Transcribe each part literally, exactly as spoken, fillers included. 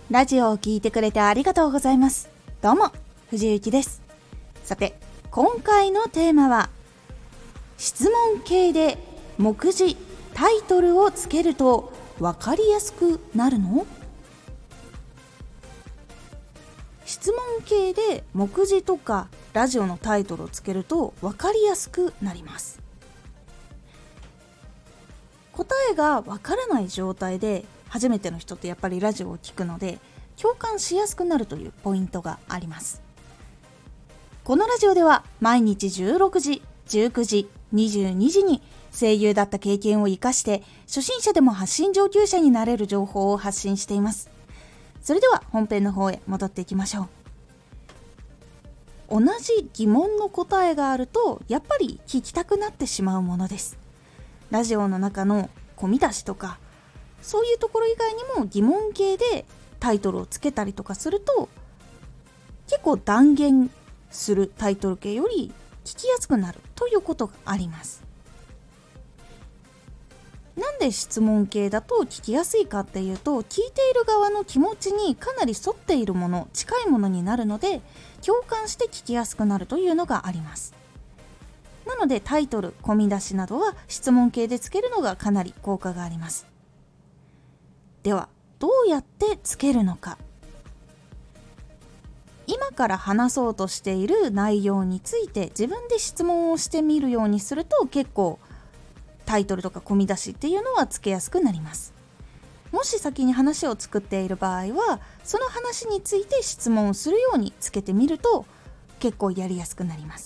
ラジオを聞いてくれてありがとうございます。どうも藤幸です。さて、今回のテーマは質問形で目次タイトルをつけると分かりやすくなるの？質問形で目次とかラジオのタイトルをつけると分かりやすくなります。答えが分からない状態で初めての人ってやっぱりラジオを聞くので共感しやすくなるというポイントがあります。このラジオでは毎日じゅうろくじ、じゅうくじ、にじゅうにじに声優だった経験を生かして初心者でも発信上級者になれる情報を発信しています。それでは本編の方へ戻っていきましょう。同じ疑問の答えがあるとやっぱり聞きたくなってしまうものです。ラジオの中の込み出しとかそういうところ以外にも疑問形でタイトルをつけたりとかすると結構断言するタイトル形より聞きやすくなるということがあります。なんで質問形だと聞きやすいかっていうと、聞いている側の気持ちにかなり沿っているもの、近いものになるので共感して聞きやすくなるというのがあります。なのでタイトル、込み出しなどは質問形でつけるのがかなり効果があります。ではどうやってつけるのか。今から話そうとしている内容について自分で質問をしてみるようにすると結構タイトルとか込み出しっていうのはつけやすくなります。もし先に話を作っている場合はその話について質問をするようにつけてみると結構やりやすくなります。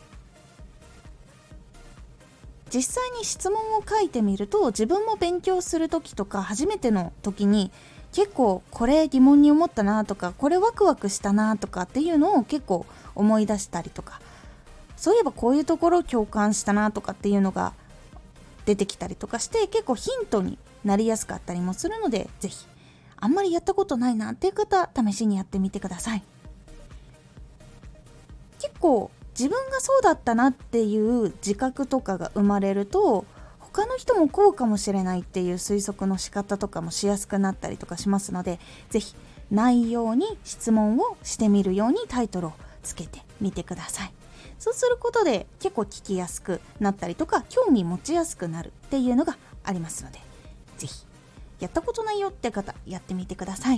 実際に質問を書いてみると自分も勉強する時とか初めての時に結構これ疑問に思ったなとかこれワクワクしたなとかっていうのを結構思い出したりとか、そういえばこういうところ共感したなとかっていうのが出てきたりとかして結構ヒントになりやすかったりもするので、ぜひあんまりやったことないなっていう方試しにやってみてください。結構自分がそうだったなっていう自覚とかが生まれると他の人もこうかもしれないっていう推測の仕方とかもしやすくなったりとかしますので、ぜひ内容に質問をしてみるようにタイトルをつけてみてください。そうすることで結構聞きやすくなったりとか興味持ちやすくなるっていうのがありますので、ぜひやったことないよって方やってみてください。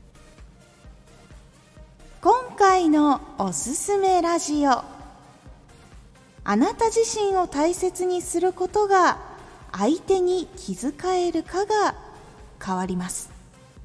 今回のおすすめラジオ、あなた自身を大切にすることが相手に気遣えるかが変わります。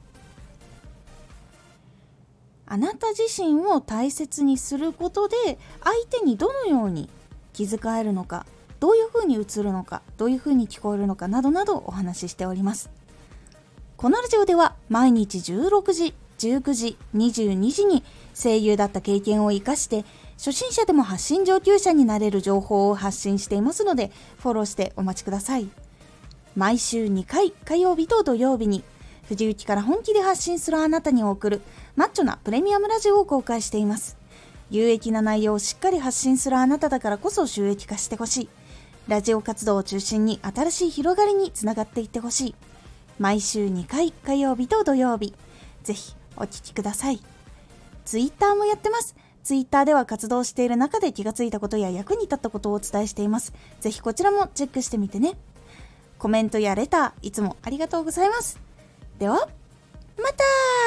あなた自身を大切にすることで相手にどのように気遣えるのか、どういうふうに映るのか、どういうふうに聞こえるのかなどなどお話ししております。このラジオでは毎日じゅうろくじ、じゅうくじ、にじゅうにじに声優だった経験を生かして初心者でも発信上級者になれる情報を発信していますのでフォローしてお待ちください。毎週にかい火曜日と土曜日に藤雪から本気で発信するあなたに送るマッチョなプレミアムラジオを公開しています。有益な内容をしっかり発信するあなただからこそ収益化してほしい。ラジオ活動を中心に新しい広がりにつながっていってほしい。毎週にかい火曜日と土曜日、ぜひお聞きください。ツイッターもやってます。ツイッターでは活動している中で気がついたことや役に立ったことをお伝えしています。ぜひこちらもチェックしてみてね。コメントやレターいつもありがとうございます。ではまた。